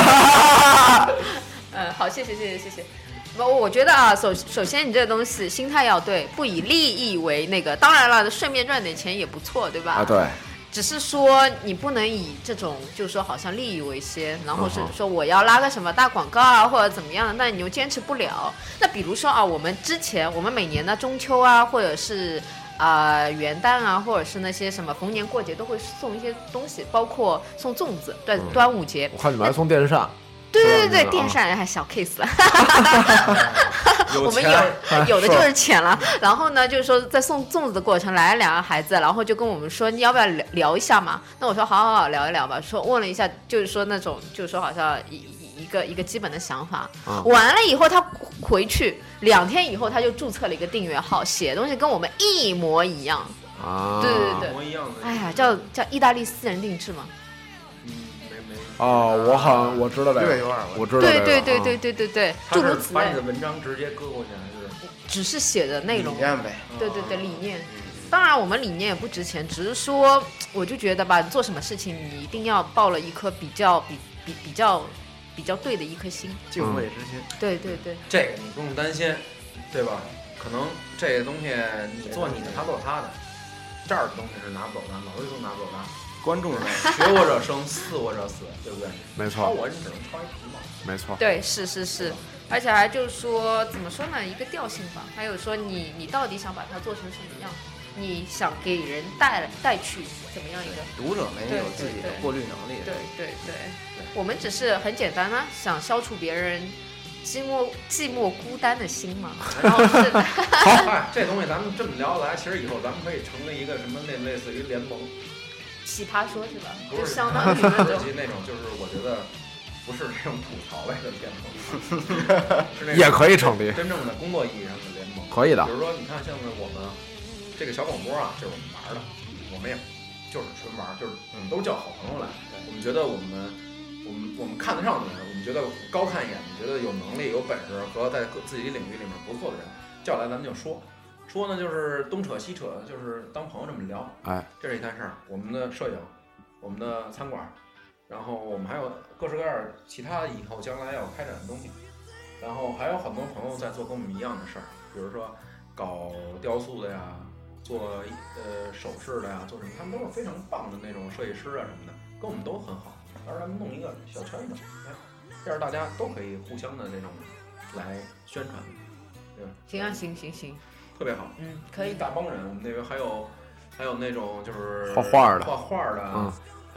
好，谢谢。我觉得啊，首先你这个东西心态要对，不以利益为那个。当然了，顺便赚点钱也不错，对吧？ 啊，对。 只是说你不能以这种就是说好像利益为先，然后是说我要拉个什么大广告啊或者怎么样的，那你又坚持不了。那比如说啊，我们每年的中秋啊，或者是元旦啊，或者是那些什么逢年过节都会送一些东西，包括送粽子，对，端午节。 我看你们还送电扇。 对，电扇还小 case 了。我们有的就是钱了。然后呢，就是说在送粽子的过程来了两个孩子，然后就跟我们说你要不要聊一下嘛？那我说好聊一聊吧。说问了一下，就是说那种就是说好像一个基本的想法。完了以后他回去2天以后他就注册了一个订阅号，写的东西跟我们一模一样。对， 一模一样的。 哎呀，叫意大利私人定制嘛。 我知道这个，我知道这个。对，诸如此类。 把你的文章直接搁过去，还是只是写的内容？ 理念呗。 对，理念。当然，我们理念也不值钱，只是说，我就觉得吧，做什么事情你一定要抱了一颗比较对的一颗心， 敬畏之心。 对。 这个你不用担心，对吧？可能这个东西你做你的，他做他的，这儿的东西是拿不走的，脑子都拿不走的。 观众学我者生，似我者死，对不对？ 没错。 抄我，你只能抄一皮毛。 没错。 对，是，而且还就是说，怎么说呢？一个调性吧。还有说你到底想把它做成什么样？你想给人带去怎么样一个？ 读者们也有自己的过滤能力。 对。我们只是很简单啊，想消除别人寂寞孤单的心嘛。然后是好，这东西咱们这么聊来，其实以后咱们可以成立一个什么类似于联盟。 奇葩说是吧？ 就相当于那种，就是我觉得不是这种吐槽类的联盟，是那种也可以成立真正的工作意义上的联盟， 可以的。 比如说，你看，像是我们这个小广播啊，就是我们玩的，我们也就是纯玩，就是都叫好朋友来。我们觉得我们看得上的人，我们觉得高看一眼，我们觉得有能力、有本事和在自己领域里面不错的人，叫来咱们就说呢，就是东扯西扯，就是当朋友这么聊。 哎， 这是一摊事儿。我们的摄影，我们的餐馆，然后我们还有各式各样其他以后将来要开展的东西。然后还有很多朋友在做跟我们一样的事儿，比如说搞雕塑的呀，做首饰的呀，做什么，他们都是非常棒的那种设计师啊什么的，跟我们都很好。到时候咱们弄一个小圈子，这样大家都可以互相的这种来宣传，对吧？ 行啊，行。 特别好， 可以。 一大帮人，我们那边还有那种就是画画的， 还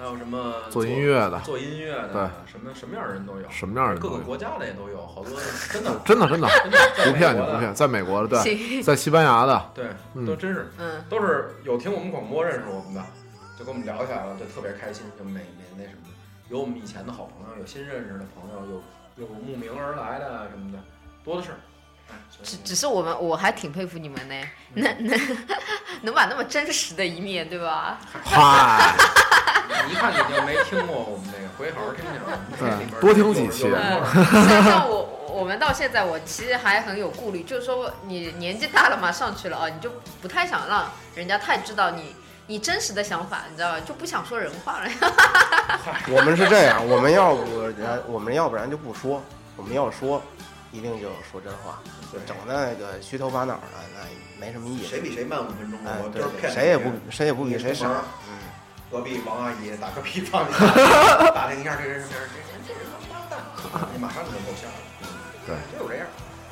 还有什么做音乐的， 做音乐的， 对， 什么样的人都有， 什么样的人都有， 各个国家的也都有，好多真的不骗你不骗，在美国的对，在西班牙的对，都真是，都是有听我们广播认识我们的，就跟我们聊起来了，就特别开心，就每年那什么的，有我们以前的好朋友，有新认识的朋友，有慕名而来的什么的，多的是。 只是我还挺佩服你们呢，能把那么真实的一面，对吧？ 嗨， 一看你就没听过我们那个，回去好好听听。 对，多听几期。 像我们到现在，我其实还很有顾虑，就是说你年纪大了嘛，上去了啊，你就不太想让人家太知道你真实的想法，你知道吧？就不想说人话了。 我们是这样，我们要不然就不说，我们要说。一定就说真话，整的那个虚头巴脑的，那没什么意思。 谁比谁慢5分钟？我就是骗谁也不比谁少。 隔壁王阿姨打个比方，打听一下这人什么样，这人王八蛋，你马上就能够笑了。 对， 就是这样。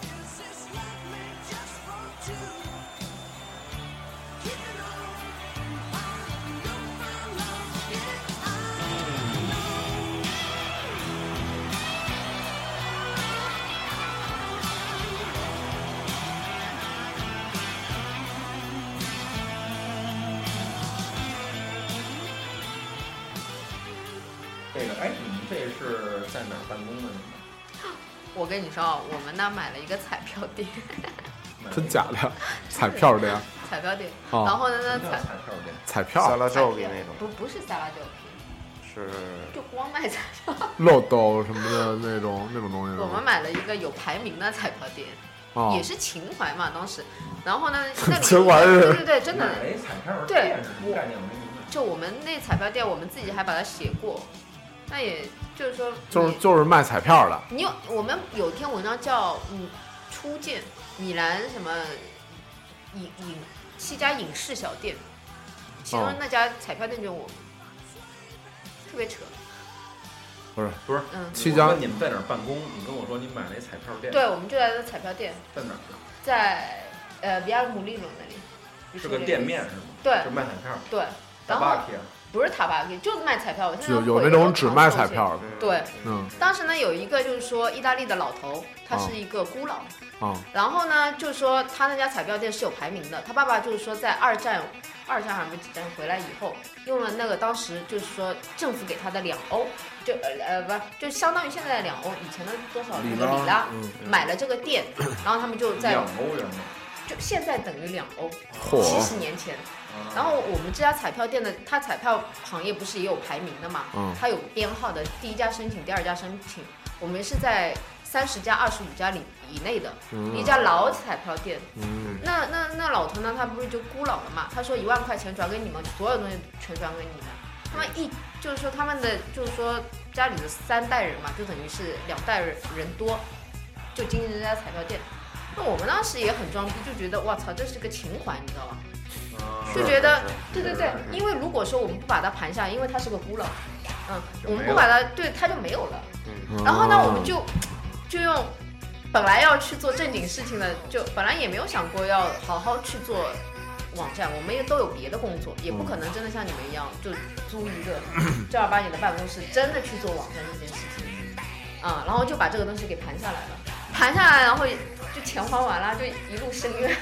这个哎，你们这是在哪儿办公的呢？ 我跟你说，我们那买了一个彩票店。 真假的？彩票店？ 彩票店。然后呢，那彩票店。 彩票。 萨拉周给那种。 不是萨拉周。 是。 就光卖彩票。 漏斗什么的那种东西。 我们买了一个有排名的彩票店。也是情怀嘛，当时。然后呢，那里情怀是。 对，真的。 买了彩票店是什么概念？我没明白。 就我们那彩票店，我们自己还把它写过。那也就是说， 就是卖彩票的。 我们有篇文章叫初见米兰什么7家影视小店，其中那家彩票店就我，特别扯。 不是 ，7家。你们在哪儿办公？你跟我说你买了一彩票店。 对，我们就在那彩票店。 在哪儿？ 在比亚姆利龙那里。 是个店面是吗？ 对。 就卖彩票。 对。然后。不是塔巴克，就是卖彩票。 有那种只卖彩票的。 对，当时呢有一个就是说意大利的老头，他是一个孤老。然后呢就是说他那家彩票店是有排名的，他爸爸就是说在二战还是几战回来以后，用了那个当时就是说政府给他的2欧，就相当于现在的2欧，以前的多少里拉，买了这个店，然后他们就在 2欧元嘛， 就现在等于2欧，70年前。然后我们这家彩票店的，它彩票行业不是也有排名的嘛？它有编号的，第1家申请，第2家申请。我们是在30家、25家以内的一家老彩票店。那老头呢，他不是就孤老了嘛？他说1万块钱转给你们，所有东西全转给你们。他们就是说他们的就是说家里的3代人嘛，就等于是2代人多，就经营这家彩票店。那我们当时也很装逼，就觉得哇操，这是个情怀，你知道吧？就觉得对，因为如果说我们不把它盘下，因为他是个孤老，我们不把它，对，他就没有了。然后呢，我们就用本来要去做正经事情的，就本来也没有想过要好好去做网站，我们也都有别的工作，也不可能真的像你们一样就租一个正儿八经的办公室，真的去做网站这件事情。然后就把这个东西给盘下来了，然后就钱还完了，就一路升月。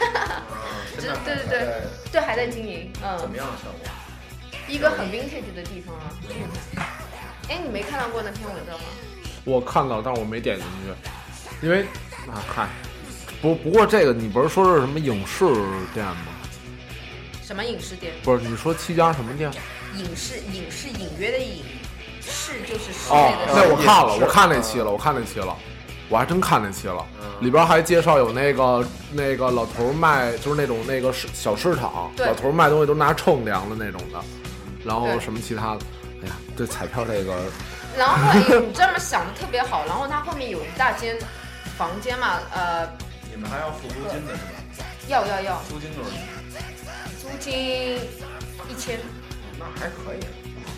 对，还在经营。 怎么样效果？ 一个很 vintage 的地方啊。哎，你没看到过那篇文章吗？ 我看到，但是我没点进去，因为不过这个你不是说是什么影视店吗？ 什么影视店？ 不是，你说7家什么店？ 影视隐约的隐，室就是室内的室。 那我看了，我看那期了，我还真看那期了。里边还介绍有那个老头卖，就是那个小市场，老头卖东西都拿秤量的那种的，然后什么其他的。哎呀，对彩票这个。 然后你这么想的特别好，然后它后面有一大间房间嘛， 你们还要付租金的是吧？ 要。 租金多少钱？ 租金1000。 那还可以。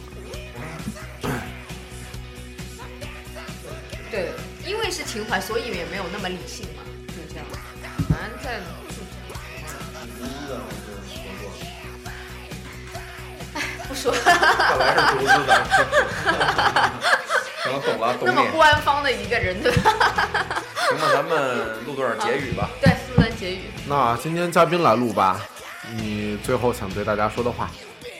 对，因为是情怀，所以也没有那么理性嘛，就这样。反正在哎，不说。 看来是独资的。行了，懂了，懂你。 那么官方的一个人，对吧？ 行吧，咱们录段结语吧。 对，录段结语。 那今天嘉宾来录吧，你最后想对大家说的话。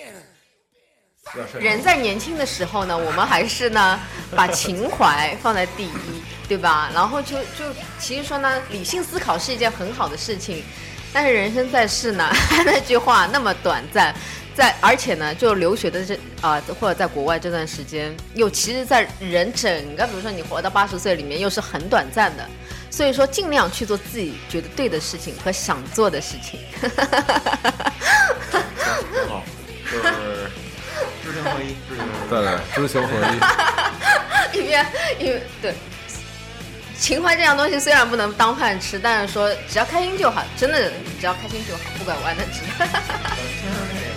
人在年轻的时候呢，我们还是呢把情怀放在第一，对吧？然后就其实说呢，理性思考是一件很好的事情，但是人生在世呢，那句话那么短暂，而且呢，就留学的或者在国外这段时间，其实在人整个，比如说你活到80岁里面，又是很短暂的，所以说尽量去做自己觉得对的事情和想做的事情。 很好，就是知行合一， 对，知行合一。 一边对。情怀这样东西虽然不能当饭吃，但是说只要开心就好，真的只要开心就好，不管玩的值。